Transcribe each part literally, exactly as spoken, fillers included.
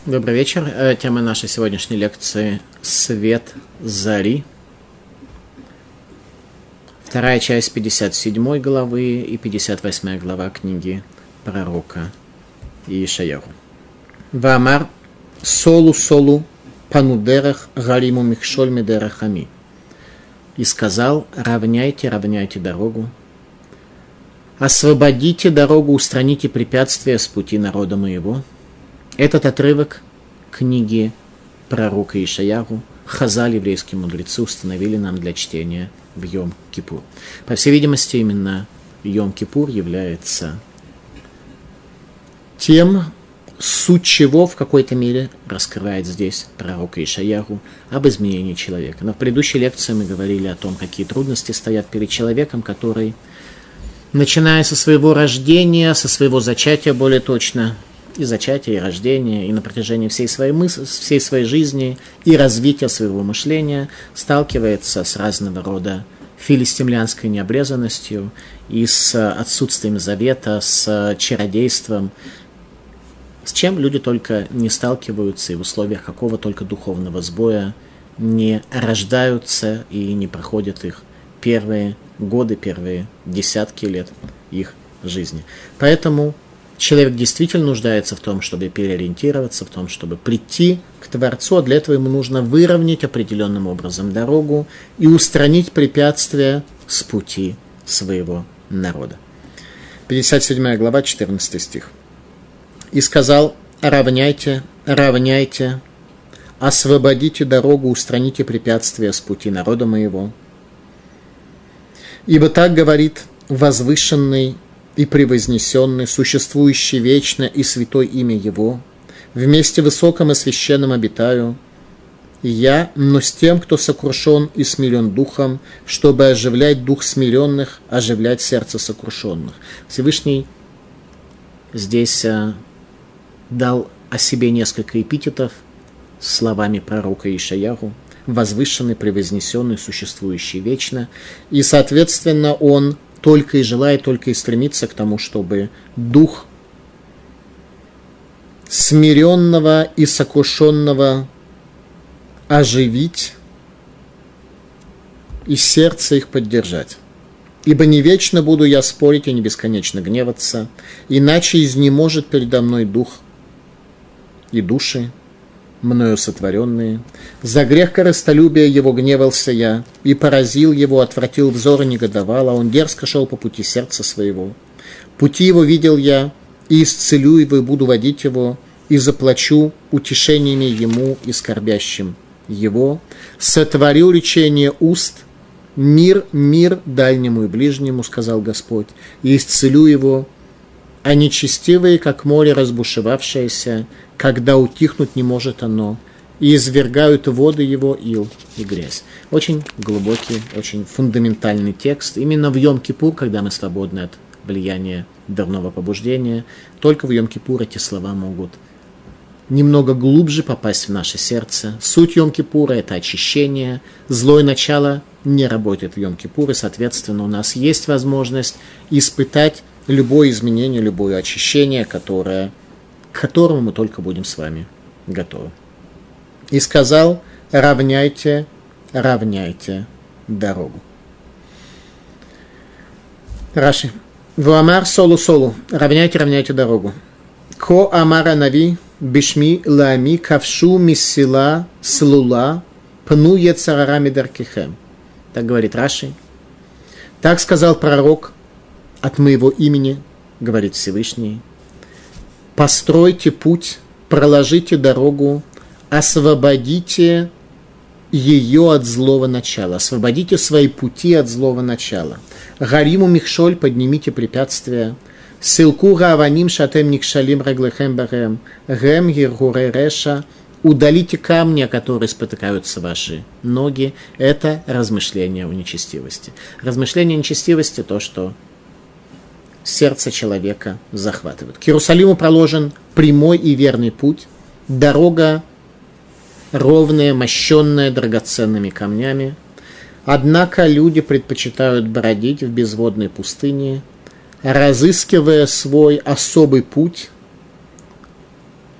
Добрый вечер. Тема нашей сегодняшней лекции «Свет зари». Вторая часть пятьдесят седьмой главы и пятьдесят восьмая глава книги пророка Иешаяху. Ваамар солу солу панудерах гариму михшоль медерахами. И сказал: равняйте, равняйте дорогу, освободите дорогу, устраните препятствия с пути народа моего. Этот отрывок книги пророка Иешаяху Хазаль, еврейские мудрецы, установили нам для чтения в Йом-Кипур. По всей видимости, именно Йом-Кипур является тем, суть чего в какой-то мере раскрывает здесь пророк Иешаяху об изменении человека. Но в предыдущей лекции мы говорили о том, какие трудности стоят перед человеком, который, начиная со своего рождения, со своего зачатия более точно, и зачатия, и рождения, и на протяжении всей своей мысли, всей своей жизни, и развития своего мышления, сталкивается с разного рода филистимлянской необрезанностью и с отсутствием завета, с чародейством, с чем люди только не сталкиваются, и в условиях какого только духовного сбоя не рождаются и не проходят их первые годы, первые десятки лет их жизни. Поэтому человек действительно нуждается в том, чтобы переориентироваться, в том, чтобы прийти к Творцу, а для этого ему нужно выровнять определенным образом дорогу и устранить препятствия с пути своего народа. пятьдесят седьмая глава, четырнадцатый стих. «И сказал: равняйте, равняйте, освободите дорогу, устраните препятствия с пути народа моего. Ибо так говорит возвышенный и превознесенный, существующий вечно и святой имя Его, вместе высоком и священном обитаю, и я, но с тем, кто сокрушен и смирен духом, чтобы оживлять дух смиренных, оживлять сердце сокрушенных». Всевышний здесь а, дал о себе несколько эпитетов словами пророка Иешаяху: возвышенный, превознесенный, существующий вечно, и, соответственно, он только и желает, только и стремится к тому, чтобы дух смиренного и сокрушенного оживить и сердце их поддержать. «Ибо не вечно буду я спорить и не бесконечно гневаться, иначе изнеможет передо мной дух и души, мною сотворенные. За грех корыстолюбия его гневался я, и поразил его, отвратил взор и негодовал, а он дерзко шел по пути сердца своего. Пути его видел я, и исцелю его, и буду водить его, и заплачу утешениями ему и скорбящим его. Сотворю речение уст, мир, мир дальнему и ближнему, сказал Господь, и исцелю его, а нечестивые, как море разбушевавшееся, когда утихнуть не может оно, и извергают воды его ил и грязь». Очень глубокий, очень фундаментальный текст. Именно в Йом-Кипур, когда мы свободны от влияния дурного побуждения, только в Йом-Кипур эти слова могут немного глубже попасть в наше сердце. Суть Йом-Кипура – это очищение. Злое начало не работает в Йом-Кипур, и, соответственно, у нас есть возможность испытать любое изменение, любое очищение, которое, к которому мы только будем с вами готовы. «И сказал: равняйте, равняйте дорогу». Раши. «Ваамар солу солу, равняйте, равняйте дорогу. Ко амара нави бишми лами кавшу миссила слула пну ецарарами даркихем». Так говорит Раши. «Так сказал пророк от моего имени, говорит Всевышний, постройте путь, проложите дорогу, освободите ее от злого начала, освободите свои пути от злого начала. Гариму михшоль, поднимите препятствия. Силку гааваним шатем никшалим раглехем барем, гем гиргуре реша, удалите камни, о которые спотыкаются ваши ноги. Это размышление о нечестивости. Размышление о нечестивости – то, что сердце человека захватывает. К Иерусалиму проложен прямой и верный путь, дорога ровная, мощенная драгоценными камнями. Однако люди предпочитают бродить в безводной пустыне, разыскивая свой особый путь,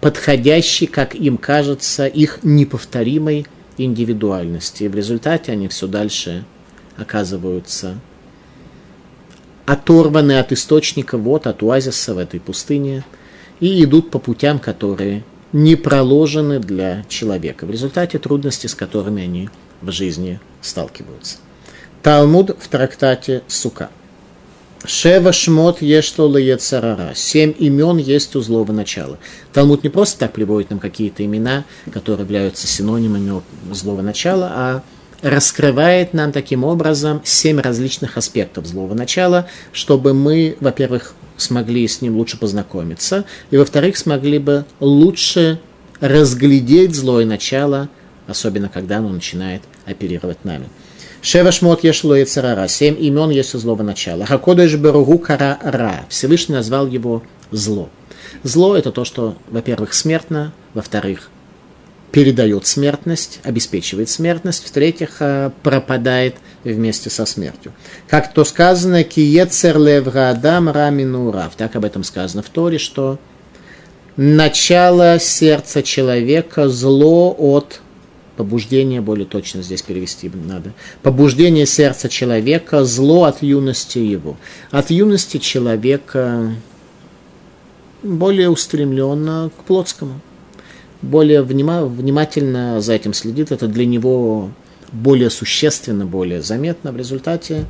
подходящей, как им кажется, их неповторимой индивидуальности. И в результате они все дальше оказываются оторваны от источника, вот, от оазиса в этой пустыне, и идут по путям, которые не проложены для человека. В результате трудностей, с которыми они в жизни сталкиваются. Талмуд в трактате Сука. Шева шмот ешту леецарара. Семь имен есть у злого начала. Талмуд не просто так приводит нам какие-то имена, которые являются синонимами злого начала, а раскрывает нам таким образом семь различных аспектов злого начала, чтобы мы, во-первых, смогли с ним лучше познакомиться, и, во-вторых, смогли бы лучше разглядеть злое начало, особенно когда оно начинает оперировать нами. Шева шмот ешло и царара. Семь имен есть у злого начала. Хакодеш беругу кара ра. Всевышний назвал его зло. Зло – это то, что, во-первых, смертно, во-вторых, передает смертность, обеспечивает смертность, в-третьих, пропадает вместе со смертью. Как то сказано, «Киецер левга адам рамину рав». Так об этом сказано в Торе, что начало сердца человека – зло от побуждения, более точно здесь перевести надо. Побуждение сердца человека – зло от юности его. От юности человека более устремленно к плотскому. Более внима, внимательно за этим следит, это для него более существенно, более заметно. В результате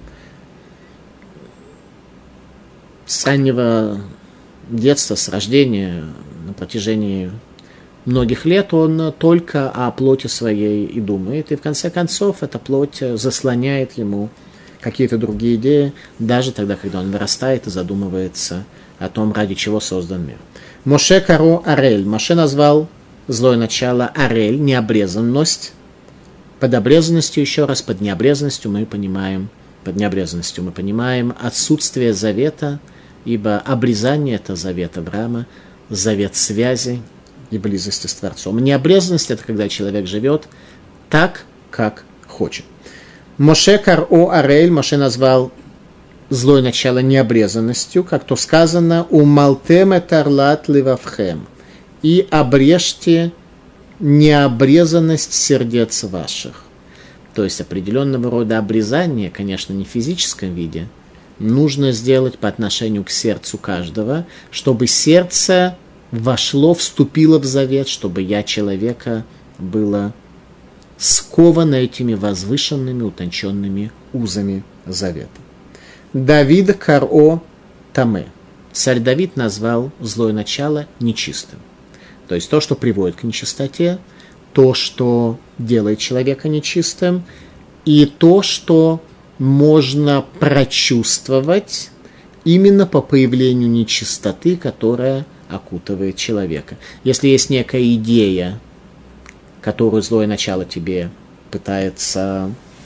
с раннего детства, с рождения, на протяжении многих лет он только о плоти своей и думает. И в конце концов эта плоть заслоняет ему какие-то другие идеи, даже тогда, когда он вырастает и задумывается о том, ради чего создан мир. Моше каро арель. Моше назвал злое начало арель, необрезанность. Под обрезанностью, еще раз, под необрезанностью мы понимаем, под необрезанностью мы понимаем отсутствие завета, ибо обрезание – это завет Авраама, завет связи и близости с Творцом. Необрезанность – это когда человек живет так, как хочет. Моше каро арель, Моше назвал злое начало необрезанностью, как то сказано, «Умалтем этарлат ливавхем». И обрежьте необрезанность сердец ваших. То есть определенного рода обрезание, конечно, не в физическом виде, нужно сделать по отношению к сердцу каждого, чтобы сердце вошло, вступило в завет, чтобы я человека было сковано этими возвышенными, утонченными узами завета. Давид каро таме. Царь Давид назвал злое начало нечистым. То есть то, что приводит к нечистоте, то, что делает человека нечистым, и то, что можно прочувствовать именно по появлению нечистоты, которая окутывает человека. Если есть некая идея, которую злое начало тебе пытается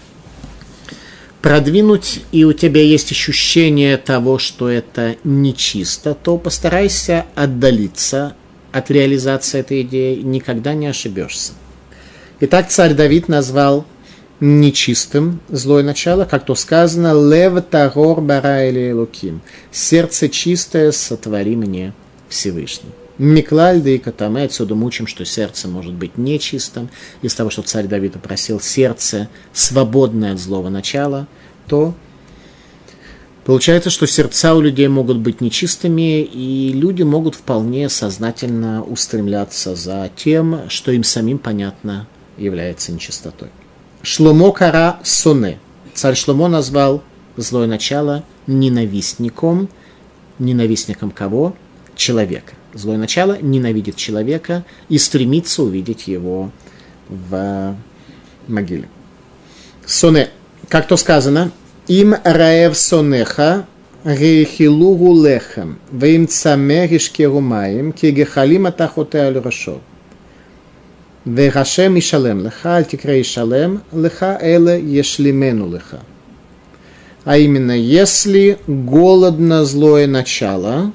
продвинуть, и у тебя есть ощущение того, что это нечисто, то постарайся отдалиться от реализации этой идеи, никогда не ошибешься. Итак, царь Давид назвал нечистым злое начало, как то сказано, «Лев тагор бара эли элоким». «Сердце чистое сотвори мне Всевышний». Миклаль да и катаме, отсюда мы учим, что сердце может быть нечистым. Из того, что царь Давид попросил сердце, свободное от злого начала, то получается, что сердца у людей могут быть нечистыми, и люди могут вполне сознательно устремляться за тем, что им самим понятно является нечистотой. Шломо кара соне. Царь Шломо назвал злое начало ненавистником. Ненавистником кого? Человека. Злое начало ненавидит человека и стремится увидеть его в могиле. Соне. Как то сказано, им раев сонеха гехилугу лехем вим цаме гишкеру маим кегехалим атахоте аль рашо вегашем ишалем леха аль тикре ишалем леха эле ешлимену леха. А именно, если голодно злое начало,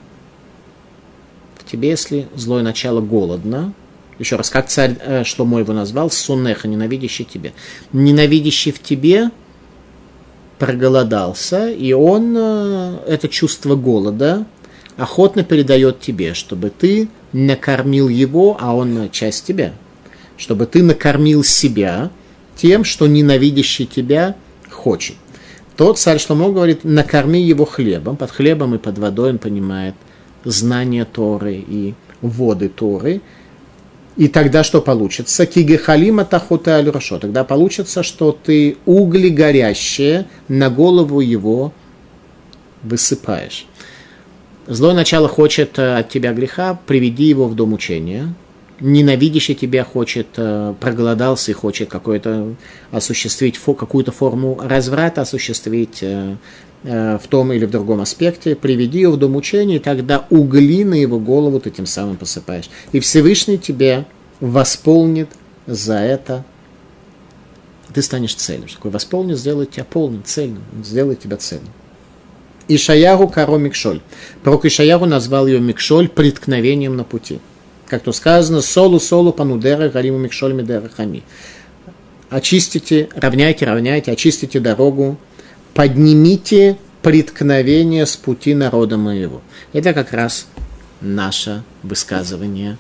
в тебе, если злое начало голодно, еще раз, как царь э, Шломо его назвал, сонеха, ненавидящий тебе, ненавидящий в тебе проголодался, и он, это чувство голода, охотно передает тебе, чтобы ты накормил его, а он часть тебя. Чтобы ты накормил себя тем, что ненавидящий тебя хочет. Тот царь Шломо говорит, накорми его хлебом. Под хлебом и под водой он понимает знание Торы и воды Торы. И тогда что получится? Кигехалима тахута аль-рашо. Тогда получится, что ты угли горящие на голову его высыпаешь. Злое начало хочет от тебя греха, приведи его в дом учения. Ненавидящий тебя хочет, проголодался и хочет какой-то, осуществить какую-то форму разврата, осуществить в том или в другом аспекте, приведи его в дом учения, и тогда угли на его голову ты тем самым посыпаешь. И Всевышний тебя восполнит за это. Ты станешь цельным. Что такое восполнит? Сделает тебя полным, цельным. Сделает тебя цельным. Ишаяру каро микшоль. Пророк Ишаяру назвал ее микшоль преткновением на пути. Как то сказано, солу-солу панудера галиму микшоль медера хами. Очистите, равняйте, равняйте, очистите дорогу, поднимите преткновение с пути народа моего. Это как раз наше высказывание,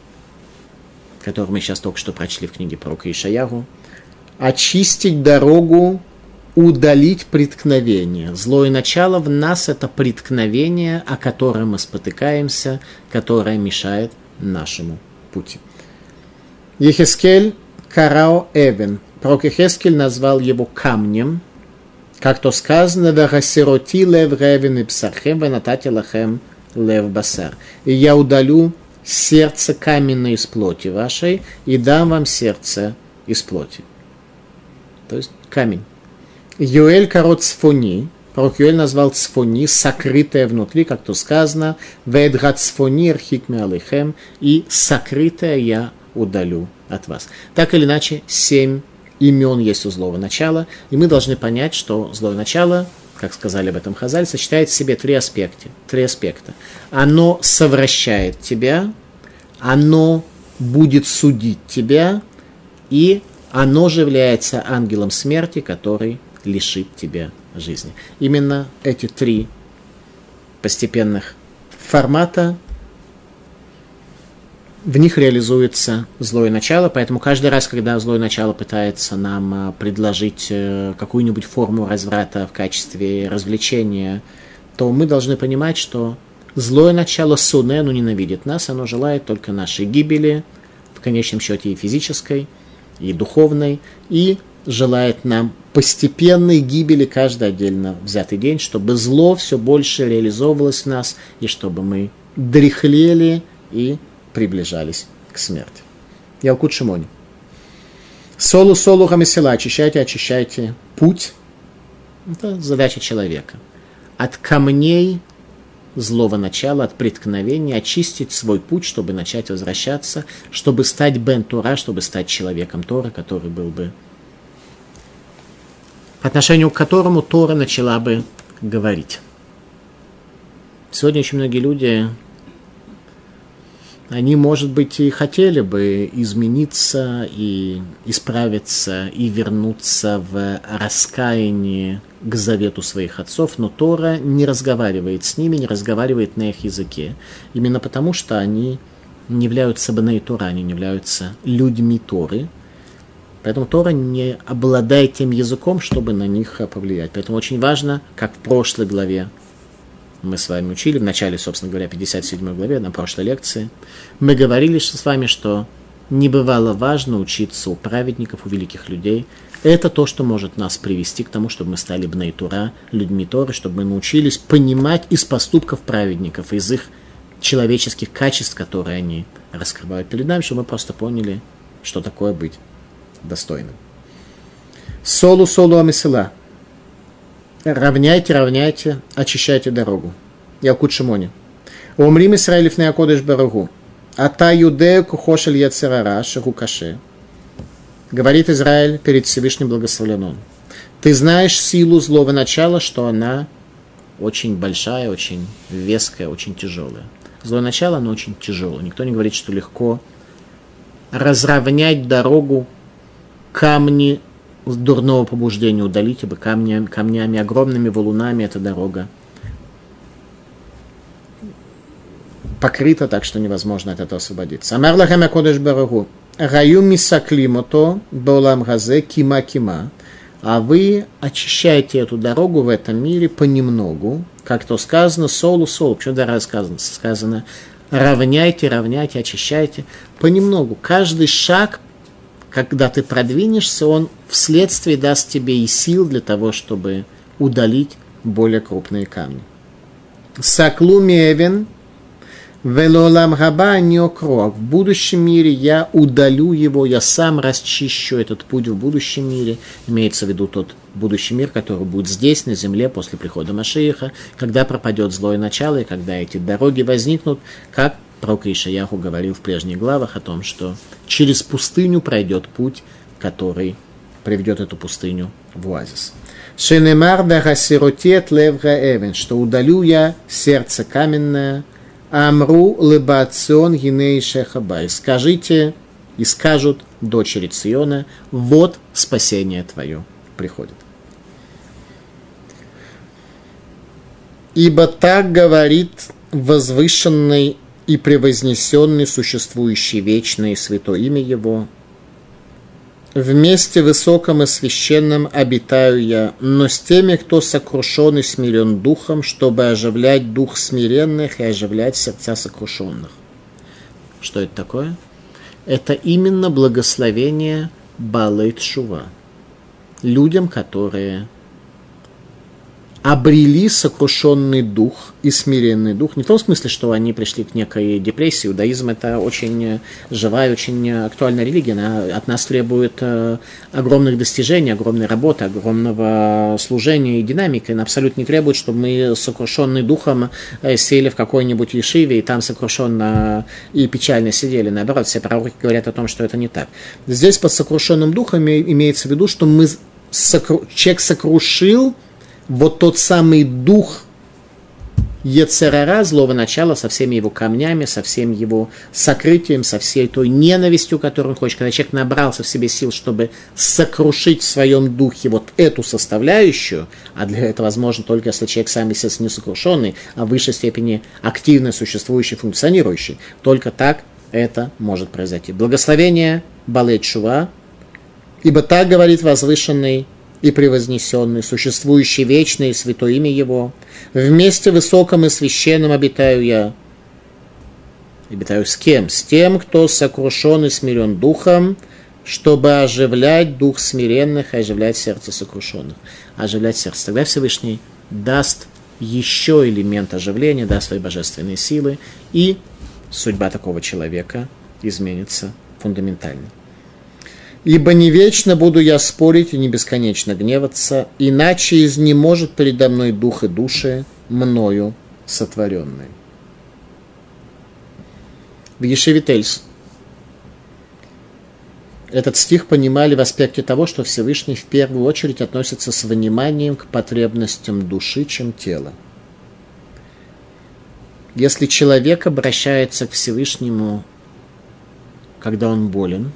которое мы сейчас только что прочли в книге пророка Ишаяру. Очистить дорогу, удалить преткновение. Злое начало в нас – это преткновение, о котором мы спотыкаемся, которое мешает нашему пути. Ехескель карао эвен. Пророк Ехескель назвал его камнем, как то сказано, «Вегасироти лев ревен и псархем, венатати лахем лев басар». И я удалю сердце каменное из плоти вашей, и дам вам сердце из плоти. То есть камень. Юэль карот цфони. Пророк Юэль назвал цфони, сокрытое внутри, как то сказано, «Ведгат цфони архик меалихем», и сокрытое я удалю от вас. Так или иначе, семь имен есть у злого начала, и мы должны понять, что злое начало, как сказали об этом Хазаль, сочетает в себе три аспекта. Три аспекта. Оно совращает тебя, оно будет судить тебя, и оно же является ангелом смерти, который лишит тебя жизни. Именно эти три постепенных формата, в них реализуется злое начало, поэтому каждый раз, когда злое начало пытается нам предложить какую-нибудь форму разврата в качестве развлечения, то мы должны понимать, что злое начало суне, оно ненавидит нас, оно желает только нашей гибели, в конечном счете и физической, и духовной, и желает нам постепенной гибели каждый отдельно взятый день, чтобы зло все больше реализовывалось в нас, и чтобы мы дряхлели и приближались к смерти. Ялкут Шимони. Солу-солу хамесила, очищайте, очищайте путь. Это задача человека. От камней злого начала, от преткновения, очистить свой путь, чтобы начать возвращаться, чтобы стать бен Тора, чтобы стать человеком Тора, который был бы, по отношению к которому Тора начала бы говорить. Сегодня очень многие люди, они, может быть, и хотели бы измениться, и исправиться, и вернуться в раскаяние к завету своих отцов, но Тора не разговаривает с ними, не разговаривает на их языке. Именно потому, что они не являются бней Тора, они не являются людьми Торы. Поэтому Тора не обладает тем языком, чтобы на них повлиять. Поэтому очень важно, как в прошлой главе мы с вами учили, в начале, собственно говоря, пятьдесят седьмой главе, на прошлой лекции, мы говорили с вами, что не бывало важно учиться у праведников, у великих людей. Это то, что может нас привести к тому, чтобы мы стали бней Тора, людьми Торы, чтобы мы научились понимать из поступков праведников, из их человеческих качеств, которые они раскрывают перед нами, чтобы мы просто поняли, что такое быть достойным. Солу, солу амисела. Равняйте, равняйте, очищайте дорогу. Ялкут Шимони. Омрим Исраилев не акодеш барагу. Ата юдею кухошель яцерара шагу каше. Говорит Израиль перед Всевышним благословлен он. Ты знаешь силу злого начала, что она очень большая, очень веская, очень тяжелая. Злое начало, оно очень тяжелое. Никто не говорит, что легко разровнять дорогу, камни дурного побуждения удалить, ибо камнями, камнями, огромными валунами эта дорога покрыто, так что невозможно от этого освободиться. Амар лахем акодеш барагу. Гаю мисаклимото баулам газе кима кима. А вы очищаете эту дорогу в этом мире понемногу. Как то сказано, солу солу. Почему да сказано? Сказано, равняйте, равняйте, очищайте. Понемногу. Каждый шаг, когда ты продвинешься, он вследствие даст тебе и сил для того, чтобы удалить более крупные камни. Саклу мевен велолам габа неокрок. В будущем мире я удалю его, я сам расчищу этот путь в будущем мире. Имеется в виду тот будущий мир, который будет здесь, на земле, после прихода Машиаха, когда пропадет злое начало, и когда эти дороги возникнут, как пророк Ишаяху говорил в прежних главах о том, что через пустыню пройдет путь, который приведет эту пустыню в оазис. Шенемар вахасиротет лев гаэвен, что удалю я сердце каменное, амру лебацион гиней шехабай. Скажите и скажут дочери Циона, вот спасение твое приходит. Ибо так говорит возвышенный и превознесенный, существующий вечное и святое имя его. В месте высоком и священном обитаю я, но с теми, кто сокрушен и смирен духом, чтобы оживлять дух смиренных и оживлять сердца сокрушенных. Что это такое? Это именно благословение Баалей Тшува. Людям, которые обрели сокрушенный дух и смиренный дух. Не в том смысле, что они пришли к некой депрессии. Иудаизм – это очень живая, очень актуальная религия. Она от нас требует огромных достижений, огромной работы, огромного служения и динамики. Она абсолютно не требует, чтобы мы, сокрушенный духом, сели в какой-нибудь ешиве и там сокрушенно и печально сидели. Наоборот, все пророки говорят о том, что это не так. Здесь под сокрушенным духом имеется в виду, что мы сокру... человек сокрушил вот тот самый дух йецер ара, злого начала, со всеми его камнями, со всем его сокрытием, со всей той ненавистью, которую он хочет. Когда человек набрался в себе сил, чтобы сокрушить в своем духе вот эту составляющую, а для этого возможно только если человек сам, естественно, не сокрушенный, а в высшей степени активно существующий, функционирующий, только так это может произойти. Благословение Баалей Тшува, ибо так говорит возвышенный и превознесенный, существующий вечное и святое имя его. В месте высоком и священном обитаю я. Обитаю с кем? С тем, кто сокрушен и смирен духом, чтобы оживлять дух смиренных и оживлять сердце сокрушенных. Оживлять сердце. Тогда Всевышний даст еще элемент оживления, даст свои божественные силы, и судьба такого человека изменится фундаментально. Ибо не вечно буду я спорить и не бесконечно гневаться, иначе изнеможет передо мной дух и души, мною сотворенные. В Ешиве Тельс этот стих понимали в аспекте того, что Всевышний в первую очередь относится с вниманием к потребностям души, чем тела. Если человек обращается к Всевышнему, когда он болен,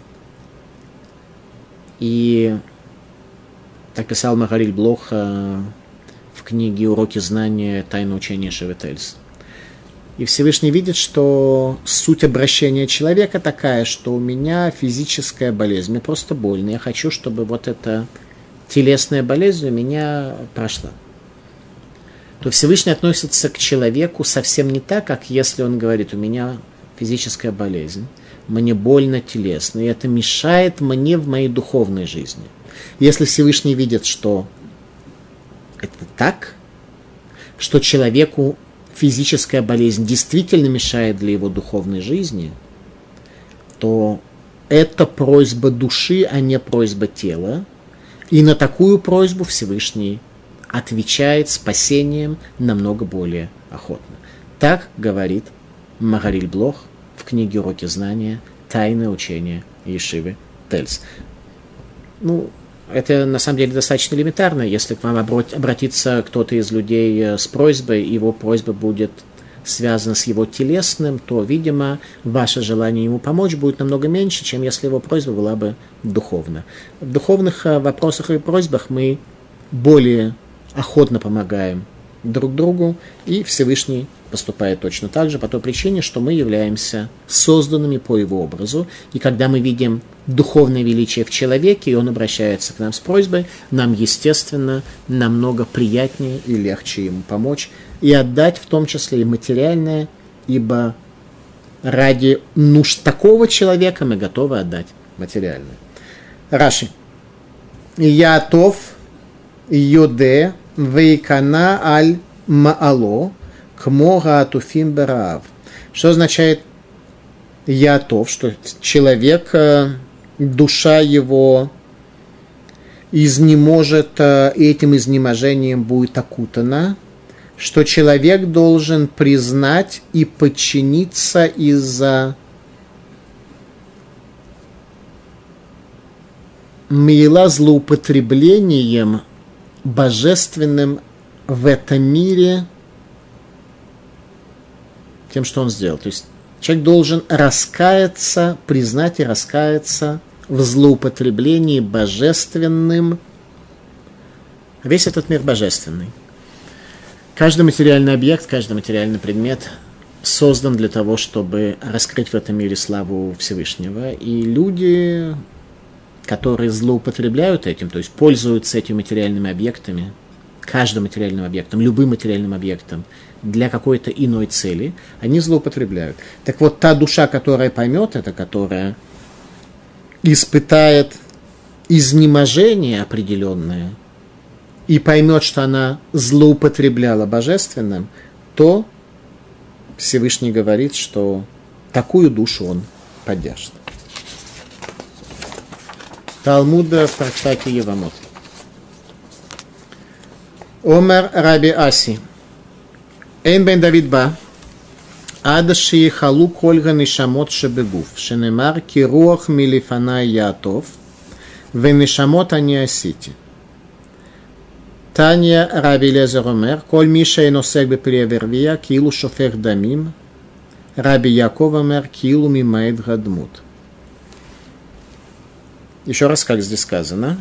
и так писал Магариль Блох в книге «Уроки знания. Тайны учения Ешивы Тельс». И Всевышний видит, что суть обращения человека такая, что у меня физическая болезнь, мне просто больно, я хочу, чтобы вот эта телесная болезнь у меня прошла. То Всевышний относится к человеку совсем не так, как если он говорит, у меня физическая болезнь, мне больно телесно, и это мешает мне в моей духовной жизни. Если Всевышний видит, что это так, что человеку физическая болезнь действительно мешает для его духовной жизни, то это просьба души, а не просьба тела. И на такую просьбу Всевышний отвечает спасением намного более охотно. Так говорит Магариль Блох в книге «Уроки знания. Тайны учения Ешивы Тельс». Ну, это на самом деле достаточно элементарно. Если к вам обратится кто-то из людей с просьбой, его просьба будет связана с его телесным, то, видимо, ваше желание ему помочь будет намного меньше, чем если его просьба была бы духовна. В духовных вопросах и просьбах мы более охотно помогаем друг другу, и Всевышний поступает точно так же, по той причине, что мы являемся созданными по его образу. И когда мы видим духовное величие в человеке, и он обращается к нам с просьбой, нам, естественно, намного приятнее и легче ему помочь и отдать в том числе и материальное, ибо ради нужд такого человека мы готовы отдать материальное. Раши. Ятов Йоде Вейкана Аль Маало Кмога Атуфим Бераав. Что означает Ятов? Что человек, душа его изнеможет, этим изнеможением будет окутана, что человек должен признать и подчиниться из-за мейла злоупотреблением божественным в этом мире тем, что он сделал. То есть человек должен раскаяться, признать и раскаяться в злоупотреблении божественным. Весь этот мир божественный. Каждый материальный объект, каждый материальный предмет создан для того, чтобы раскрыть в этом мире славу Всевышнего. И люди, которые злоупотребляют этим, то есть пользуются этими материальными объектами, каждым материальным объектом, любым материальным объектом, для какой-то иной цели, они злоупотребляют. Так вот, та душа, которая поймет это, которая испытает изнеможение определенное и поймет, что она злоупотребляла божественным, то Всевышний говорит, что такую душу он поддержит. Талмуд в трактате Евамот. Омер Раби Аси. Эйн бен Давид ба. Ад шиехалу кольга нишамот шебегуф. Шенемар ки руах милифанай ятов. Венишамот ани асити. Таня Раби Лезер Омер. Коль миша иносек беприавервия килу шофех дамим. Раби Яков Омер килу мимаэд гадмут. Еще раз, как здесь сказано.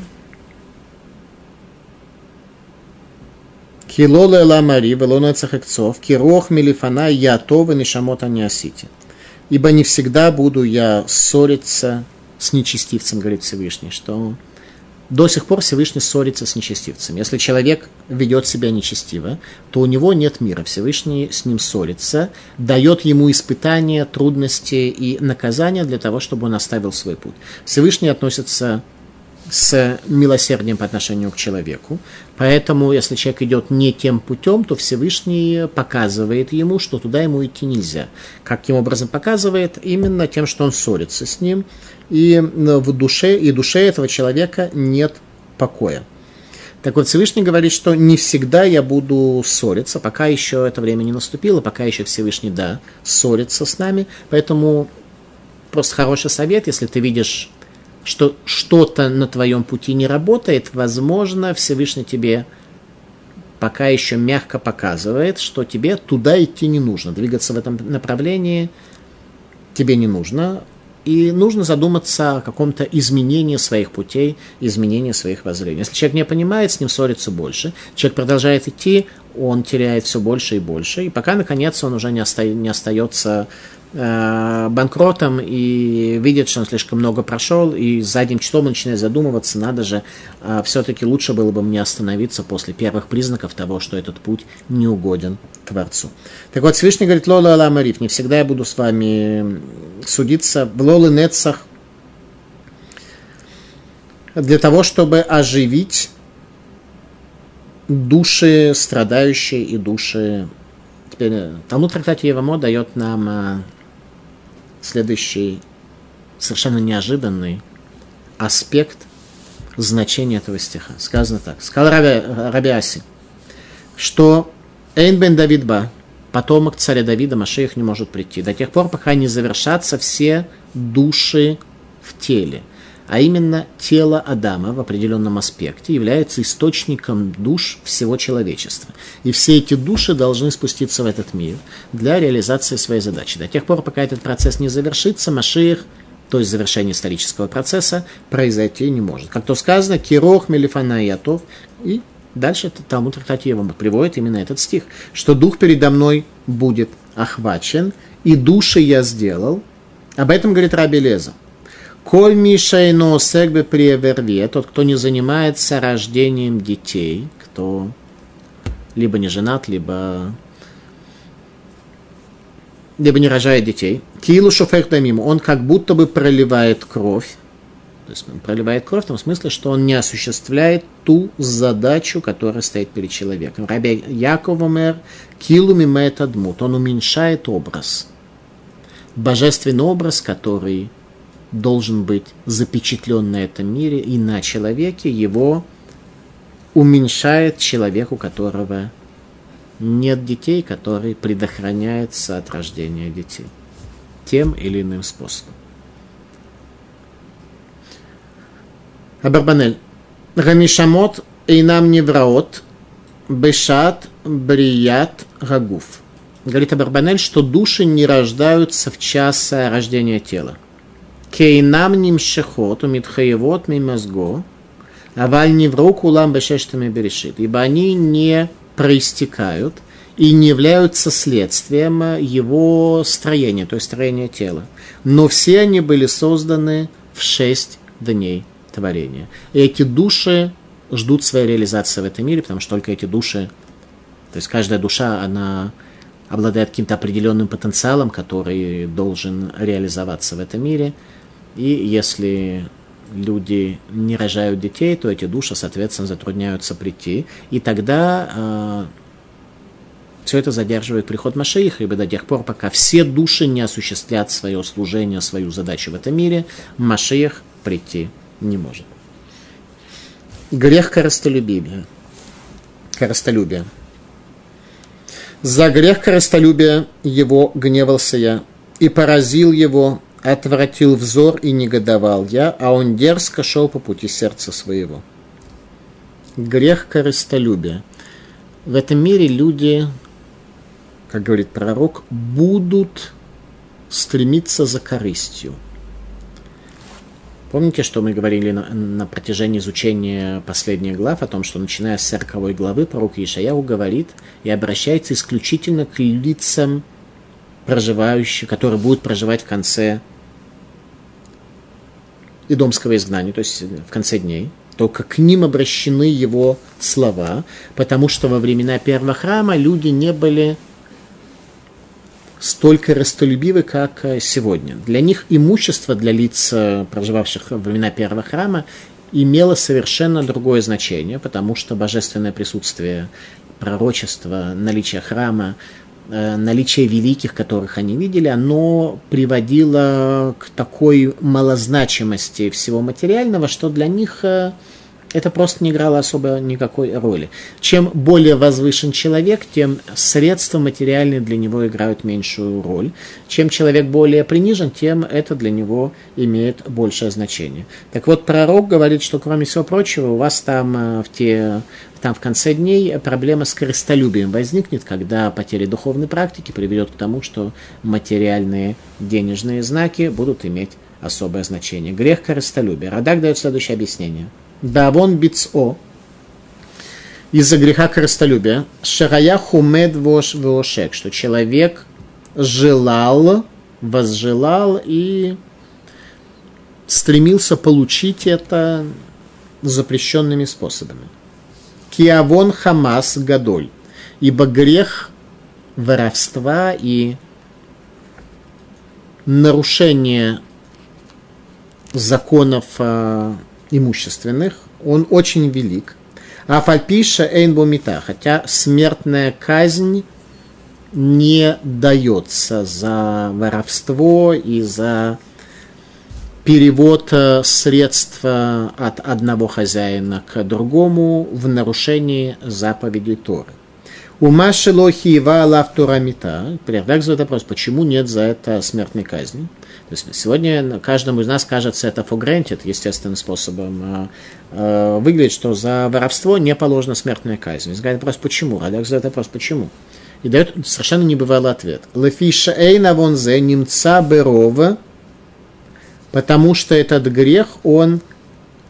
Килоле ламари велоно цехекцов, кирох милифана ятов и нишамота неосити. Ибо не всегда буду я ссориться с нечестивцем, говорит Всевышний, что до сих пор Всевышний ссорится с нечестивцем. Если человек ведет себя нечестиво, то у него нет мира. Всевышний с ним ссорится, дает ему испытания, трудности и наказания для того, чтобы он оставил свой путь. Всевышний относится с милосердием по отношению к человеку. Поэтому, если человек идет не тем путем, то Всевышний показывает ему, что туда ему идти нельзя. Каким образом показывает? Именно тем, что он ссорится с ним, и в душе, и душе этого человека нет покоя. Так вот, Всевышний говорит, что не всегда я буду ссориться, пока еще это время не наступило, пока еще Всевышний, да, ссорится с нами. Поэтому просто хороший совет, если ты видишь, что что-то на твоем пути не работает, возможно, Всевышний тебе пока еще мягко показывает, что тебе туда идти не нужно, двигаться в этом направлении тебе не нужно, и нужно задуматься о каком-то изменении своих путей, изменении своих воззрений. Если человек не понимает, с ним ссорится больше, человек продолжает идти, он теряет все больше и больше, и пока, наконец, он уже не, оста- не остается банкротом и видит, что он слишком много прошел, и задним числом начинает задумываться, надо же, все-таки лучше было бы мне остановиться после первых признаков того, что этот путь не угоден Творцу. Так вот, Всевышний говорит, лола ала мариф, не всегда я буду с вами судиться в лолы нецах для того, чтобы оживить души страдающие и души. Теперь Талмуд в трактате Евамот дает нам следующий совершенно неожиданный аспект значения этого стиха. Сказано так. Сказал Раби, Раби Аси, что Эйн бен Давид ба, потомок царя Давида, Машиах не может прийти до тех пор, пока не завершатся все души в теле. А именно тело Адама в определенном аспекте является источником душ всего человечества. И все эти души должны спуститься в этот мир для реализации своей задачи. До тех пор, пока этот процесс не завершится, Машиах, то есть завершение исторического процесса, произойти не может. Как то сказано, кирох мелифана ятов, и Дальше Талмуд трактат Евама приводит именно этот стих, что дух передо мной будет охвачен, и души я сделал. Об этом говорит Раби Элиэзер. Коль мишайно сегбе приверве, тот, кто не занимается рождением детей, кто либо не женат, либо, либо не рожает детей, килу шофех дамим, он как будто бы проливает кровь. То есть он проливает кровь в том смысле, что он не осуществляет ту задачу, которая стоит перед человеком. Раби Яков омер килу мимет адмут, он уменьшает образ. Божественный образ, который должен быть запечатлен на этом мире и на человеке, его уменьшает человек, у которого нет детей, который предохраняется от рождения детей тем или иным способом. Абарбанель. Рамишамот эйнам невраот бешат брият гагуф. Говорит Абарбанель, что души не рождаются в час рождения тела. Кейнам нимшехот умитхаевот мимазго аваль неврок улам бешештами берешит. Ибо они не проистекают и не являются следствием его строения, то есть строения тела. Но все они были созданы в шесть дней творения. И эти души ждут своей реализации в этом мире, потому что только эти души, то есть каждая душа, она обладает каким-то определенным потенциалом, который должен реализоваться в этом мире. И если люди не рожают детей, то эти души, соответственно, затрудняются прийти. И тогда э, все это задерживает приход Машиаха, ибо до тех пор, пока все души не осуществлят свое служение, свою задачу в этом мире, Машиах прийти не может. Грех корыстолюбия. Корыстолюбия. За грех корыстолюбия его гневался я, и поразил его, отвратил взор и негодовал я, а он дерзко шел по пути сердца своего. Грех корыстолюбия. В этом мире люди, как говорит пророк, будут стремиться за корыстью. Помните, что мы говорили на, на протяжении изучения последних глав о том, что начиная с сороковой главы пророк Ишаяху говорит и обращается исключительно к лицам проживающих, которые будут проживать в конце идомского изгнания, то есть в конце дней. Только к ним обращены его слова, потому что во времена первого храма люди не были столь корыстолюбивы, как сегодня. Для них имущество, для лиц, проживавших во времена первого храма, имело совершенно другое значение, потому что божественное присутствие, пророчество, наличие храма, наличие великих, которых они видели, оно приводило к такой малозначимости всего материального, что для них это просто не играло особо никакой роли. Чем более возвышен человек, тем средства материальные для него играют меньшую роль. Чем человек более принижен, тем это для него имеет большее значение. Так вот, пророк говорит, что, кроме всего прочего, у вас там в, те, там в конце дней проблема с корыстолюбием возникнет, когда потеря духовной практики приведет к тому, что материальные денежные знаки будут иметь особое значение. Грех корыстолюбия. Радак дает следующее объяснение. Бавон бицо, из-за греха корыстолюбия, шарая хумед вошек, что человек желал, возжелал и стремился получить это запрещенными способами. Киавон хамас гадоль, ибо грех воровства и нарушение законов имущественных, он очень велик. А фальпиша эйнбумита, хотя смертная казнь не дается за воровство и за перевод средств от одного хозяина к другому в нарушении заповедей Торы. Ума шелохи ива лав турамита. Прервак задает вопрос, почему нет за это смертной казни? То есть сегодня каждому из нас кажется это for granted, естественным способом э, выглядит, что за воровство не положена смертная казнь. Задает вопрос, почему? Радак задает вопрос, почему? И дает совершенно небывалый ответ. Лефиша эйна вонзе немца берова, потому что этот грех, он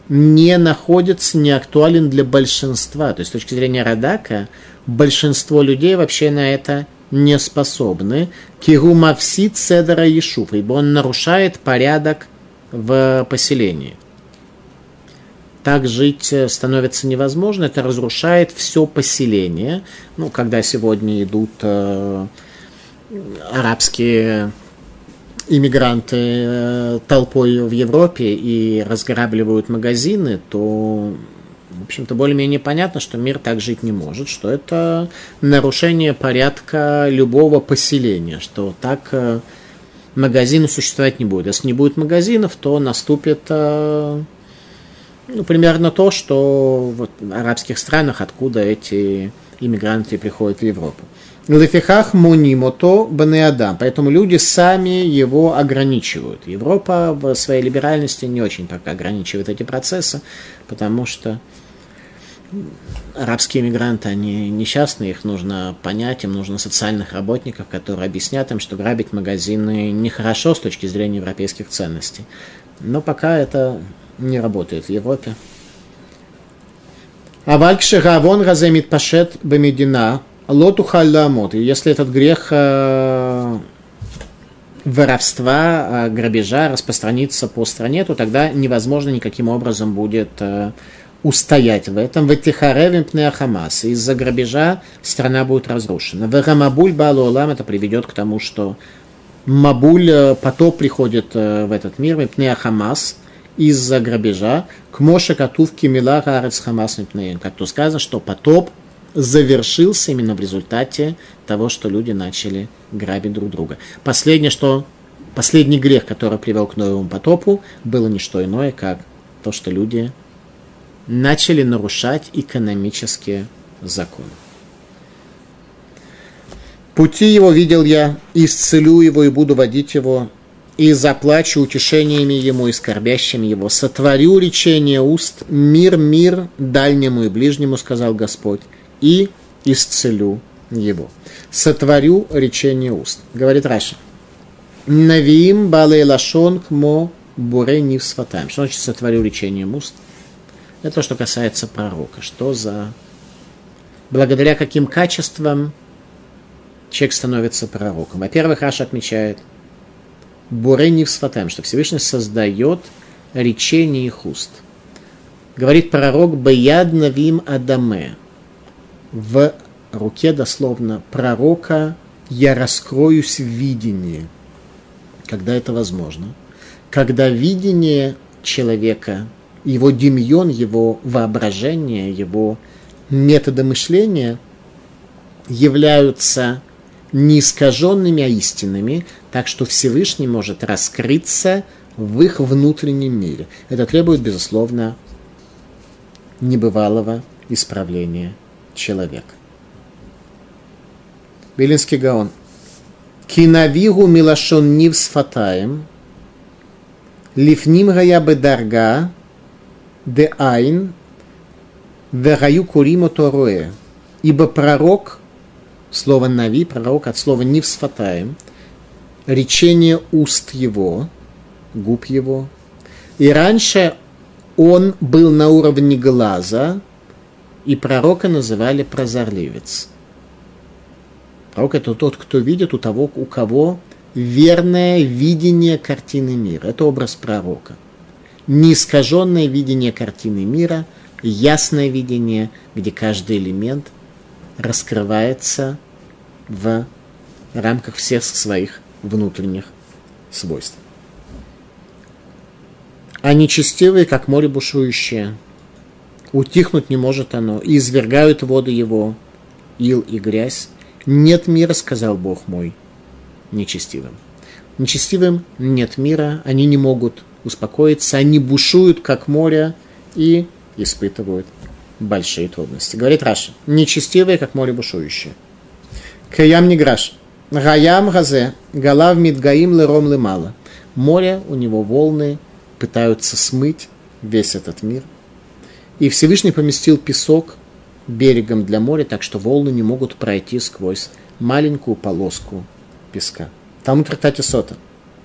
не находится, не актуален для большинства. То есть с точки зрения Радака, большинство людей вообще на это не способны. Киру мавсид седера ешуф, ибо он нарушает порядок в поселении. Так жить становится невозможно, это разрушает все поселение. Ну, когда сегодня идут э, арабские иммигранты э, толпой в Европе и разграбливают магазины, то, в общем-то, более-менее понятно, что мир так жить не может, что это нарушение порядка любого поселения, что так э, магазины существовать не будут. Если не будет магазинов, то наступит э, ну, примерно то, что в арабских странах, откуда эти иммигранты приходят в Европу. Лефихах мунимото банеадам. Поэтому люди сами его ограничивают. Европа в своей либеральности не очень пока ограничивает эти процессы, потому что арабские мигранты, они несчастные, их нужно понять, им нужно социальных работников, которые объяснят им, что грабить магазины нехорошо с точки зрения европейских ценностей. Но пока это не работает в Европе. Авалькши гавон газемит пашет бамедина. Лоту халламот. И если этот грех э, воровства, э, грабежа распространится по стране, то тогда невозможно никаким образом будет э, устоять в этом. Ватихаревим пнеа Хамас. Из-за грабежа страна будет разрушена. Варамабуль балуолам, это приведет к тому, что Мабуль, потоп приходит э, в этот мир, пнеа Хамас, из-за грабежа. К Моше Катувки Милара Арец Хамас пнеем. Как то сказано, что потоп завершился именно в результате того, что люди начали грабить друг друга. Последнее, что, последний грех, который привел к новому потопу, было не что иное, как то, что люди начали нарушать экономические законы. Пути его видел я, и исцелю его, и буду водить его, и заплачу утешениями ему и скорбящими его. Сотворю речение уст, мир, мир дальнему и ближнему, сказал Господь, и исцелю его. Сотворю речение уст. Говорит Раши. Навиим балей лашон кмо буре нив сватаем. Что значит сотворю речением уст? Это то, что касается пророка. Что за... Благодаря каким качествам человек становится пророком? Во-первых, Раши отмечает буре нив сватаем, что Всевышний создает речение их уст. Говорит пророк Баяд навим адаме. В руке, дословно, пророка я раскроюсь в видении, когда это возможно. Когда видение человека, его демьон, его воображение, его методы мышления являются не искаженными, а истинными, так что Всевышний может раскрыться в их внутреннем мире. Это требует, безусловно, небывалого исправления человека. Вилинский Гаон. Кинавигу милашон нив сфатаем, лифним гая бедарга, де айн, вегаю куримо торуэ. Ибо пророк, слово нави, пророк от слова нив сфатаем, речение уст его, губ его. И раньше он был на уровне глаза, и пророка называли прозорливец. Пророк – это тот, кто видит, у того, у кого верное видение картины мира. Это образ пророка. Неискаженное видение картины мира, ясное видение, где каждый элемент раскрывается в рамках всех своих внутренних свойств. А нечестивые, как море бушующее, утихнуть не может оно, и извергают воды его, ил и грязь. Нет мира, сказал Бог мой, нечестивым. Нечестивым нет мира, они не могут успокоиться, они бушуют, как море, и испытывают большие трудности. Говорит Раши, нечестивые, как море бушующее. Каям не граш. Гаям газе, галав мидгаим лером лемала. Море, у него волны пытаются смыть весь этот мир. И Всевышний поместил песок берегом для моря, так что волны не могут пройти сквозь маленькую полоску песка. Там в трактате Сота.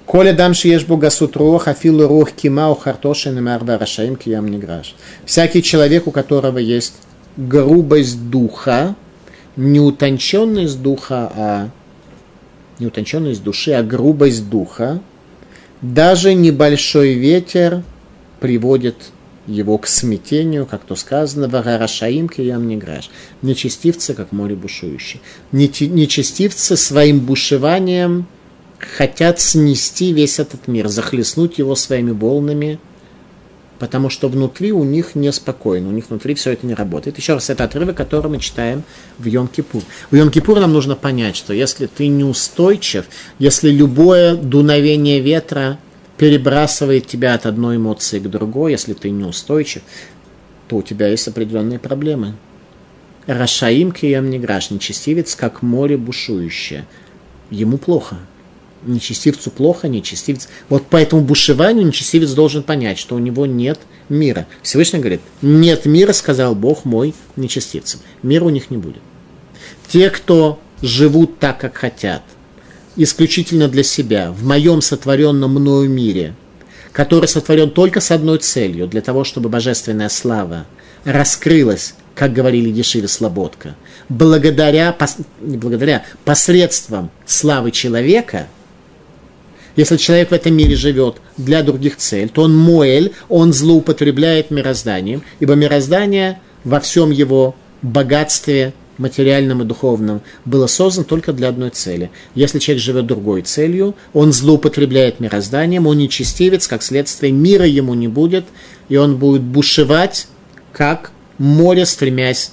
Коля дамши ешь бугасут рух, афилу рух кимау хартошин и марва рашаим киям неграш. Всякий человек, у которого есть грубость духа, не утонченность духа, а не утонченность души, а грубость духа, даже небольшой ветер приводит его к смятению, как то сказано, «Вагарашаим киям неграш». Нечестивцы, как море бушующее. Нечестивцы своим бушеванием хотят снести весь этот мир, захлестнуть его своими волнами, потому что внутри у них неспокойно, у них внутри все это не работает. Еще раз, это отрывок, который мы читаем в Йом-Кипур. В Йом-Кипур нам нужно понять, что если ты неустойчив, если любое дуновение ветра перебрасывает тебя от одной эмоции к другой, если ты неустойчив, то у тебя есть определенные проблемы. Рашаим киям неграш, нечестивец, как море бушующее. Ему плохо. Нечестивцу плохо, нечестивец. Вот по этому бушеванию нечестивец должен понять, что у него нет мира. Всевышний говорит, нет мира, сказал Бог мой нечестивцам. Мира у них не будет. Те, кто живут так, как хотят, исключительно для себя, в моем сотворенном мною мире, который сотворен только с одной целью, для того, чтобы божественная слава раскрылась, как говорили Ешиве Слободка, благодаря, не благодаря, посредством славы человека. Если человек в этом мире живет для других целей, то он моэль, он злоупотребляет мирозданием, ибо мироздание во всем его богатстве материальном и духовном было создано только для одной цели. Если человек живет другой целью, он злоупотребляет мирозданием, он нечестивец, как следствие мира ему не будет, и он будет бушевать, как море, стремясь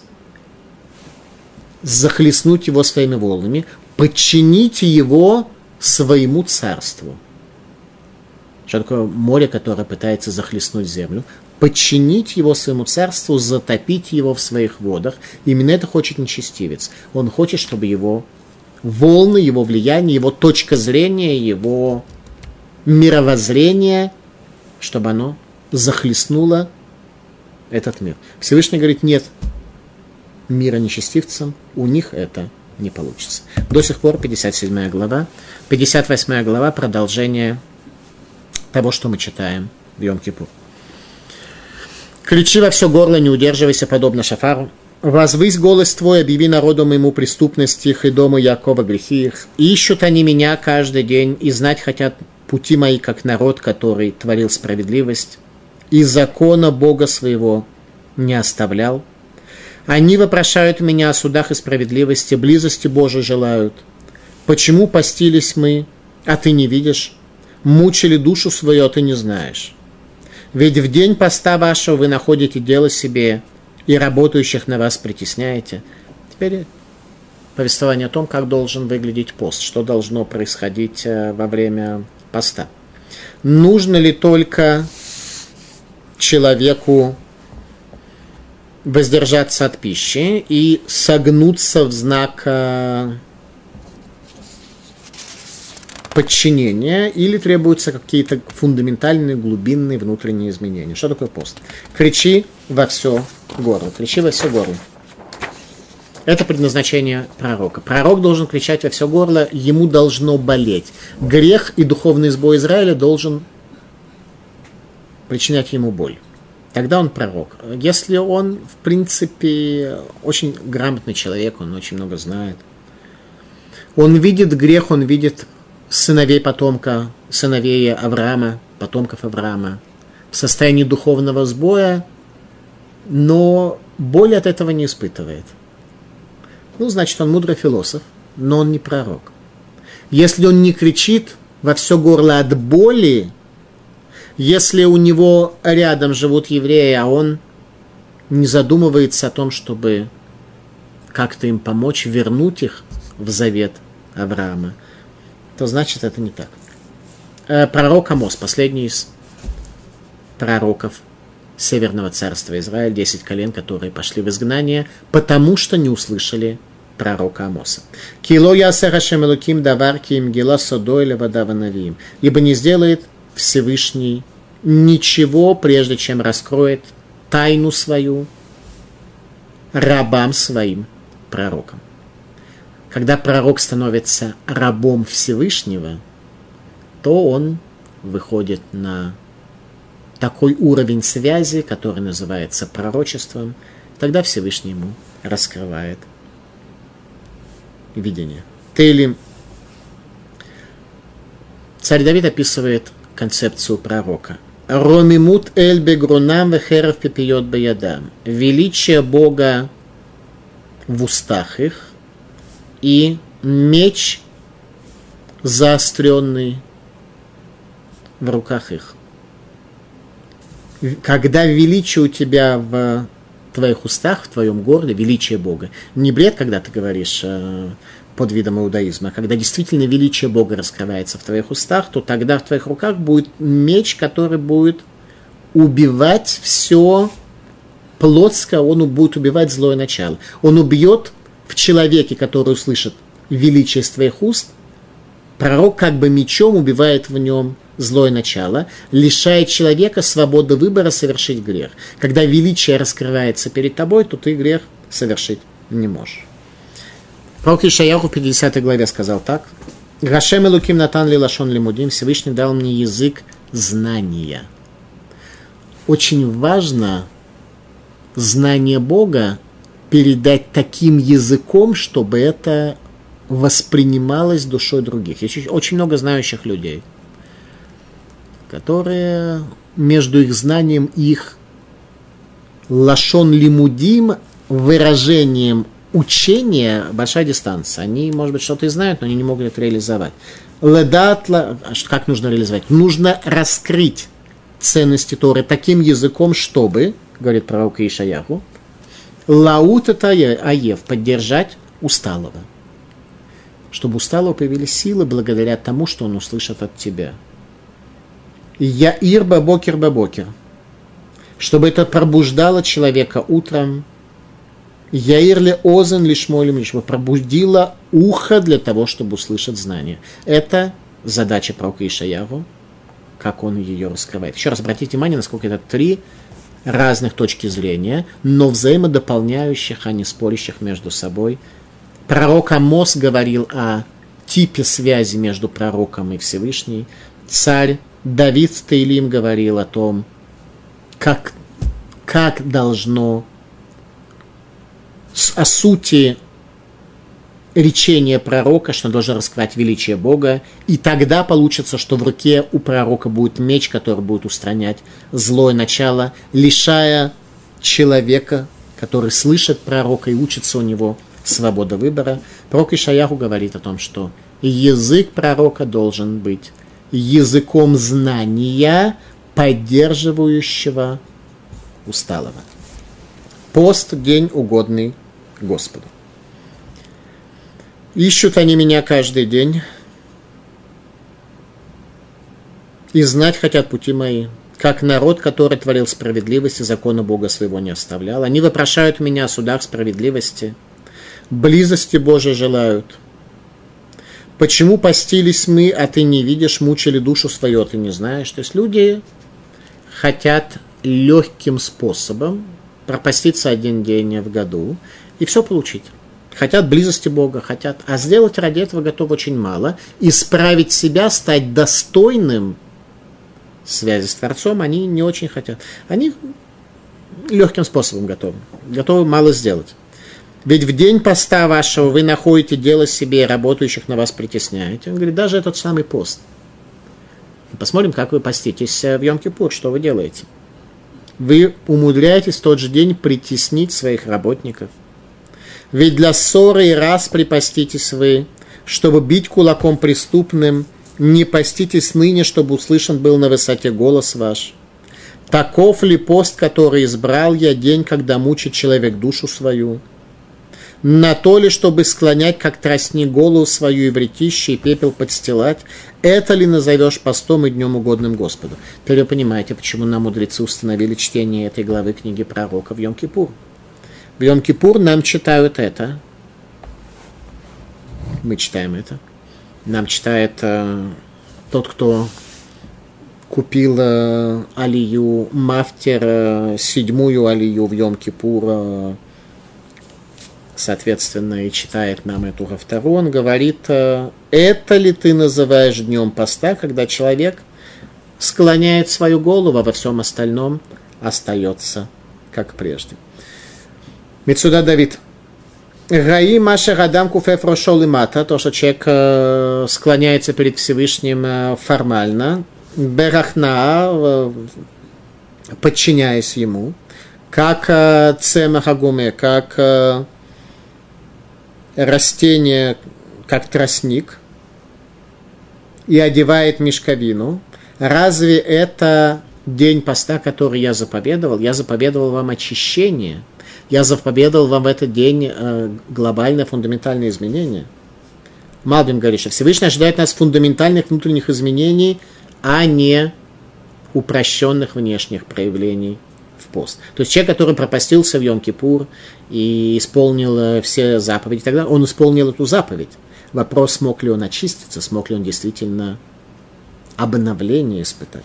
захлестнуть его своими волнами, подчинить его своему царству. Что такое море, которое пытается захлестнуть землю? Подчинить его своему царству, затопить его в своих водах. Именно это хочет нечестивец. Он хочет, чтобы его волны, его влияние, его точка зрения, его мировоззрение, чтобы оно захлестнуло этот мир. Всевышний говорит, нет мира нечестивцам, у них это не получится. До сих пор пятьдесят седьмая глава. пятьдесят восьмая глава, продолжение того, что мы читаем в Йом-Кипур. «Кричи во все горло, не удерживайся, подобно шафару. Возвысь голос твой, объяви народу моему преступности их и дому Якова грехи их. Ищут они меня каждый день, и знать хотят пути мои, как народ, который творил справедливость, и закона Бога своего не оставлял. Они вопрошают меня о судах и справедливости, близости Божией желают. Почему постились мы, а ты не видишь? Мучили душу свою, а ты не знаешь. Ведь в день поста вашего вы находите дело себе, и работающих на вас притесняете». Теперь повествование о том, как должен выглядеть пост, что должно происходить во время поста. Нужно ли только человеку воздержаться от пищи и согнуться в знак подчинения, или требуются какие-то фундаментальные, глубинные внутренние изменения? Что такое пост? Кричи во все горло. Кричи во все горло. Это предназначение пророка. Пророк должен кричать во все горло, ему должно болеть. Грех и духовный сбой Израиля должен причинять ему боль. Тогда он пророк. Если он, в принципе, очень грамотный человек, он очень много знает, он видит грех, он видит сыновей потомка, сыновей Авраама, потомков Авраама, в состоянии духовного сбоя, но боли от этого не испытывает. Ну, значит, он мудрый философ, но он не пророк. Если он не кричит во все горло от боли, если у него рядом живут евреи, а он не задумывается о том, чтобы как-то им помочь вернуть их в завет Авраама, то значит это не так. Пророк Амос, последний из пророков Северного царства Израиля, десять колен, которые пошли в изгнание, потому что не услышали пророка Амоса. «Кило ясер Ашем Элоким давар ки им гила содой левада ванавиим». Ибо не сделает Всевышний ничего, прежде чем раскроет тайну свою рабам своим пророкам. Когда пророк становится рабом Всевышнего, то он выходит на такой уровень связи, который называется пророчеством. Тогда Всевышний ему раскрывает видение. Тейлим. Царь Давид описывает концепцию пророка. Ромимут эль бегрунам вехеров пепиот баядам. Величие Бога в устах их и меч заостренный в руках их. Когда величие у тебя в твоих устах, в твоем горле, величие Бога, не бред, когда ты говоришь э, под видом иудаизма, а когда действительно величие Бога раскрывается в твоих устах, то тогда в твоих руках будет меч, который будет убивать все плотское, он будет убивать злое начало. Он убьет в человеке, который услышит величие из твоих уст, пророк как бы мечом убивает в нем злое начало, лишает человека свободы выбора совершить грех. Когда величие раскрывается перед тобой, то ты грех совершить не можешь. Пророк Ишаяху в пятидесятой главе сказал так. «Гашем элуким натан ли лашон лимудим», Всевышний дал мне язык знания. Очень важно знание Бога передать таким языком, чтобы это воспринималось душой других. Есть очень много знающих людей, которые между их знанием и их лашон лимудим, выражением учения, большая дистанция. Они, может быть, что-то и знают, но они не могут это реализовать. Ледатла, как нужно реализовать? Нужно раскрыть ценности Торы таким языком, чтобы, говорит пророк Ишаяху, лаут это аев, поддержать усталого. Чтобы у усталого появились силы благодаря тому, что он услышит от тебя. Яир бабокер бабокер. Чтобы это пробуждало человека утром. Яир ли озен лишмолем, чтобы пробудило ухо для того, чтобы услышать знания. Это задача пророка Ишаяху, как он ее раскрывает. Еще раз обратите внимание, насколько это три разных точки зрения, но взаимодополняющих, а не спорящих между собой. Пророк Амос говорил о типе связи между пророком и Всевышней. Царь Давид в Теилим говорил о том, как, как должно, о сути речения пророка, что он должен раскрывать величие Бога, и тогда получится, что в руке у пророка будет меч, который будет устранять злое начало, лишая человека, который слышит пророка и учится у него, свобода выбора. Пророк Ишаяху говорит о том, что язык пророка должен быть языком знания, поддерживающего усталого. Пост – день угодный Господу. Ищут они меня каждый день, и знать хотят пути мои, как народ, который творил справедливость и закона Бога своего не оставлял. Они вопрошают меня о судах справедливости, близости Божией желают. Почему постились мы, а ты не видишь, мучили душу свою, а ты не знаешь? То есть люди хотят легким способом пропаститься один день в году и все получить. Хотят близости Бога, хотят, а сделать ради этого готовы очень мало. Исправить себя, стать достойным связи с Творцом они не очень хотят. Они легким способом готовы, готовы мало сделать. Ведь в день поста вашего вы находите дело себе, работающих на вас притесняете. Он говорит, даже этот самый пост. Посмотрим, как вы поститесь в Йом-Кипур, что вы делаете. Вы умудряетесь в тот же день притеснить своих работников. Ведь для ссоры и распри поститесь вы, чтобы бить кулаком преступным, не поститесь ныне, чтобы услышан был на высоте голос ваш. Таков ли пост, который избрал я, день, когда мучит человек душу свою? На то ли, чтобы склонять, как тростник, голову свою и вретище, и пепел подстилать, это ли назовешь постом и днем угодным Господу? Теперь вы понимаете, почему нам мудрецы установили чтение этой главы книги пророка в Йом-Кипур. В Йом-Кипур нам читают это. Мы читаем это. Нам читает э, тот, кто купил э, алию Мафтер, э, седьмую алию в Йом-Кипур, э, соответственно, и читает нам эту Гафтару, он говорит, это ли ты называешь днем поста, когда человек склоняет свою голову, а во всем остальном остается как прежде. Мецуда Давид. Гаи Маша Гадам Куфеф Рошол и Мата, то, что человек э, склоняется перед Всевышним э, формально, Берахна, э, подчиняясь ему, как э, Цемахагуме, как э, растение, как тростник, и одевает мешковину. Разве это день поста, который я заповедовал? Я заповедовал вам очищение. Я заповедовал вам в этот день э, глобальное, фундаментальное изменение. Малбим говорит, что Всевышний ожидает нас фундаментальных внутренних изменений, а не упрощенных внешних проявлений в пост. То есть человек, который пропастился в Йом-Кипур и исполнил все заповеди, тогда он исполнил эту заповедь. Вопрос, смог ли он очиститься, смог ли он действительно обновление испытать.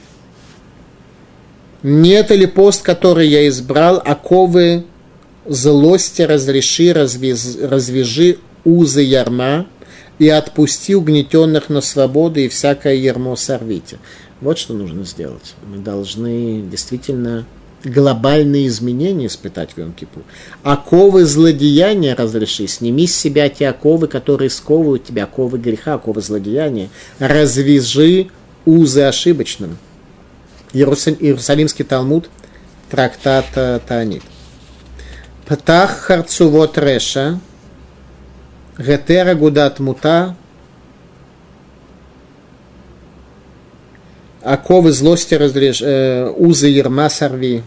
Нет ли пост, который я избрал, оковы злости разреши, развяз, развяжи узы ярма и отпусти угнетенных на свободу, и всякое ярмо сорвите. Вот что нужно сделать. Мы должны действительно глобальные изменения испытать в Йом-Кипур. Оковы злодеяния разреши, сними с себя те оковы, которые сковывают тебя, оковы греха, оковы злодеяния, развяжи узы ошибочным. Иерусалимский Талмуд, трактат Таанит. Патах харцувот реша, гетера гудат мута, оковы злости разрежь, э, узы ярма сорви.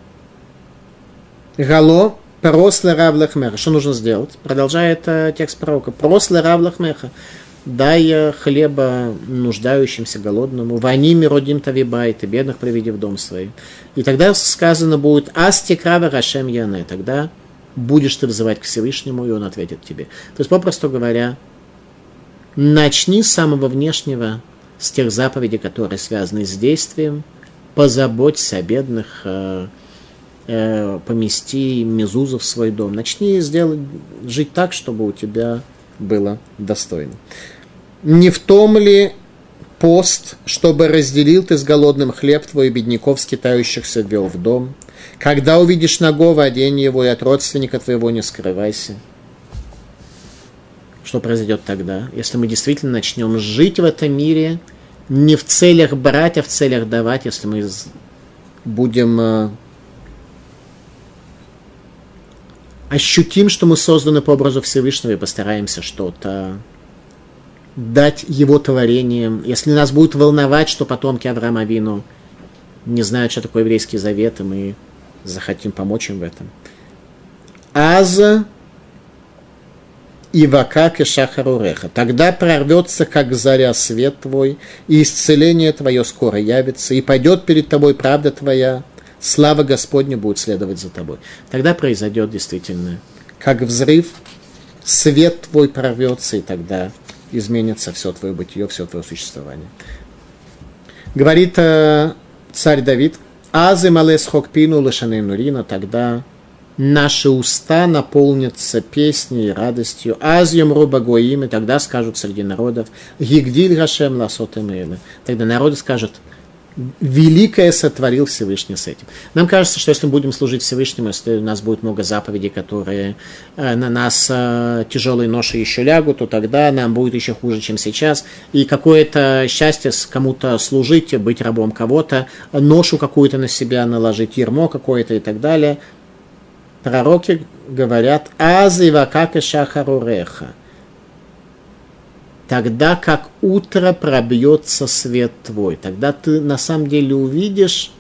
Гало просле рав лахмеха. Что нужно сделать? Продолжает э, текст пророка. Просле рав лахмеха. Дай хлеба нуждающимся, голодному. Вани миродим тавибай, ты бедных приведи в дом свой. И тогда сказано будет асти крава рашем яне. Тогда будешь ты взывать к Всевышнему, и он ответит тебе. То есть, попросту говоря, начни с самого внешнего, с тех заповедей, которые связаны с действием, позаботься о бедных, э, э, помести мезузу в свой дом. Начни сделать, жить так, чтобы у тебя было достойно. Не в том ли пост, чтобы разделил ты с голодным хлеб твой, и бедняков скитающихся ввел в дом? Когда увидишь нагого, одень его, и от родственника твоего не скрывайся. Что произойдет тогда, если мы действительно начнем жить в этом мире не в целях брать, а в целях давать, если мы будем ощутим, что мы созданы по образу Всевышнего и постараемся что-то дать его творением. Если нас будет волновать, что потомки Авраама Авину не знают, что такое еврейский завет, и мы захотим помочь им в этом. Аза и вакак и шахаруреха. Тогда прорвется, как заря, свет твой, и исцеление твое скоро явится, и пойдет перед тобой правда твоя, слава Господня будет следовать за тобой. Тогда произойдет действительно, как взрыв, свет твой прорвется, и тогда изменится все твое бытие, все твое существование. Говорит э, царь Давид, «Азы малес хокпину лешаней нурина», тогда наши уста наполнятся песней и радостью. «Азьем руба гоим», и тогда скажут среди народов, «Гигдиль гашем ласот эмэлэ», тогда народы скажут, великое сотворил Всевышний с этим. Нам кажется, что если мы будем служить Всевышнему, если у нас будет много заповедей, которые э, на нас э, тяжелые ноши еще лягут, то тогда нам будет еще хуже, чем сейчас. И какое-то счастье кому-то служить, быть рабом кого-то, ношу какую-то на себя наложить, ярмо какое-то и так далее. Пророки говорят «Азы вакак и шахаруреха». Тогда, как утро пробьется свет твой, тогда ты на самом деле увидишь,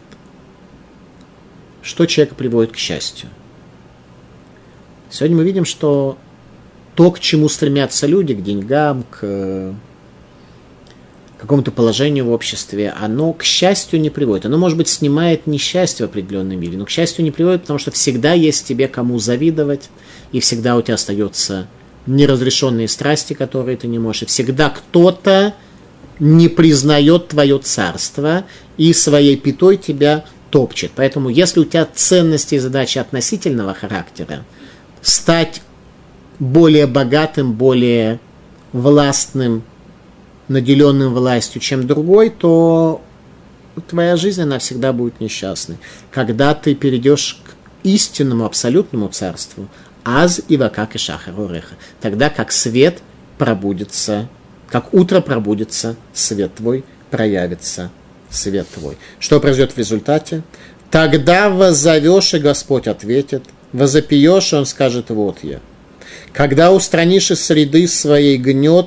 что человека приводит к счастью. Сегодня мы видим, что то, к чему стремятся люди, к деньгам, к какому-то положению в обществе, оно к счастью не приводит. Оно, может быть, снимает несчастье в определенном мире, но к счастью не приводит, потому что всегда есть тебе кому завидовать, и всегда у тебя остается неразрешенные страсти, которые ты не можешь. И всегда кто-то не признает твое царство и своей пятой тебя топчет. Поэтому, если у тебя ценности и задачи относительного характера, стать более богатым, более властным, наделенным властью, чем другой, то твоя жизнь, она всегда будет несчастной. Когда ты перейдешь к истинному, абсолютному царству, аз и вакак и шахар уреха, тогда как свет пробудится, как утро пробудится, свет твой, проявится свет твой. Что произойдет в результате? Тогда воззовешь, и Господь ответит, возопьешь, и Он скажет, вот я. Когда устранишь из среды своей гнет,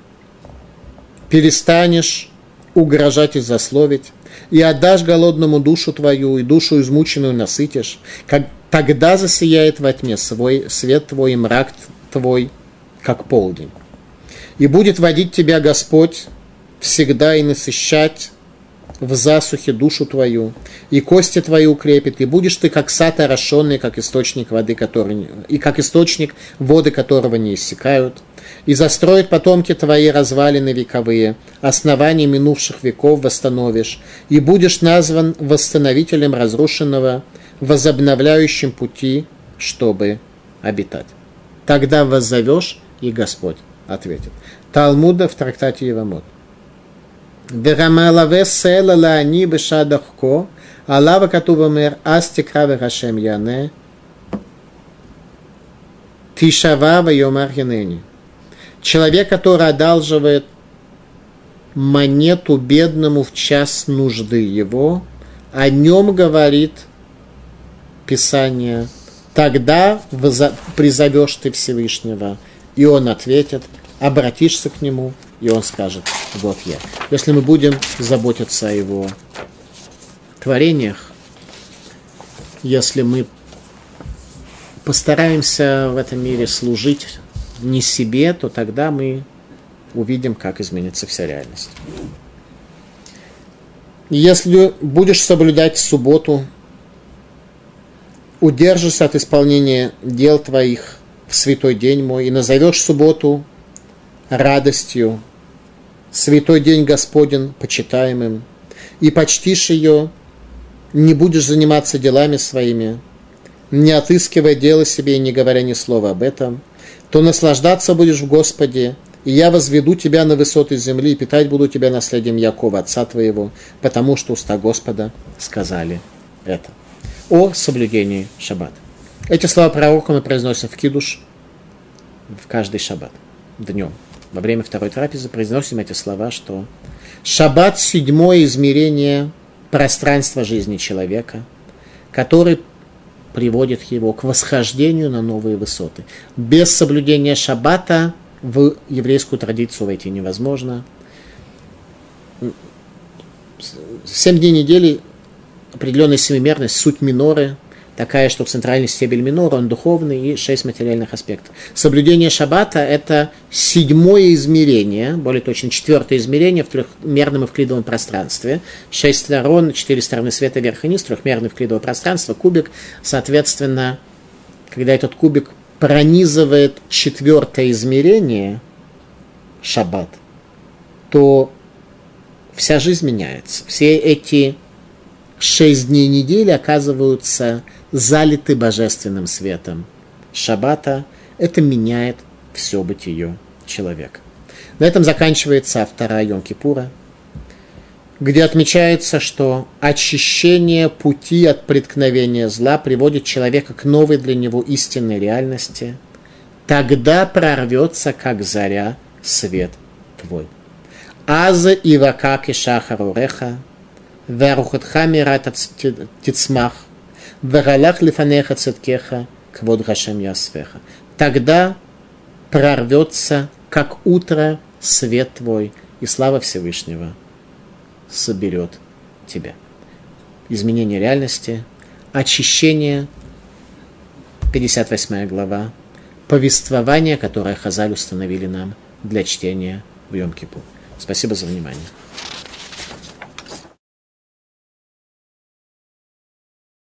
перестанешь угрожать и злословить, и отдашь голодному душу твою, и душу измученную насытишь, как, тогда засияет во тьме свой свет твой и мрак твой, как полдень. И будет водить тебя Господь всегда и насыщать в засухе душу твою, и кости твои укрепит, и будешь ты как сад орошенный, как источник воды, который, и как источник воды, которого не иссякают, и застроят потомки твои развалины вековые, основания минувших веков восстановишь, и будешь назван восстановителем разрушенного, возобновляющим пути, чтобы обитать. Тогда воззовешь, и Господь ответит. Талмуда в трактате Евамот. Верамалаве села лаани бешадахко, алава катува мер астикраве Хашем яне, тишава вайомар янени. Человек, который одалживает монету бедному в час нужды его, о нем говорит Писание, тогда призовешь ты Всевышнего, и он ответит, обратишься к нему, и он скажет, вот я. Если мы будем заботиться о его творениях, если мы постараемся в этом мире служить не себе, то тогда мы увидим, как изменится вся реальность. Если будешь соблюдать субботу, удержишься от исполнения дел твоих в святой день мой и назовешь субботу радостью, святой день Господень почитаемым, и почтишь ее, не будешь заниматься делами своими, не отыскивая дело себе и не говоря ни слова об этом, то наслаждаться будешь в Господе, и я возведу тебя на высоты земли, и питать буду тебя наследием Якова, отца твоего, потому что уста Господа сказали это. О соблюдении шаббата. Эти слова пророка мы произносим в кидуш в каждый шаббат, днем. Во время второй трапезы произносим эти слова, что шаббат – седьмое измерение пространства жизни человека, который приводит его к восхождению на новые высоты. Без соблюдения шаббата в еврейскую традицию войти невозможно. Семь дней недели определенная семимерность, суть миноры, такая, что центральный стебель минора, он духовный, и шесть материальных аспектов. Соблюдение шаббата – это седьмое измерение, более точно четвертое измерение в трехмерном эвклидовом пространстве. Шесть сторон, четыре стороны света, вверх и низ, трехмерное эвклидовое пространство, кубик. Соответственно, когда этот кубик пронизывает четвертое измерение, шаббат, то вся жизнь меняется. Все эти шесть дней недели оказываются залиты божественным светом шаббата. Это меняет все бытие человека. На этом заканчивается автора Йом-Кипура, где отмечается, что очищение пути от преткновения зла приводит человека к новой для него истинной реальности. Тогда прорвется, как заря, свет твой. Аза ивакак и шахар уреха, варухатха мират тицмах, варалах лифанеха циткеха, квод Хашем ясвеха. Тогда прорвется, как утро, свет твой, и слава Всевышнего соберет тебя. Изменение реальности, очищение, пятьдесят восьмая глава, повествование, которое Хазаль установили нам для чтения в Йом-Кипур. Спасибо за внимание.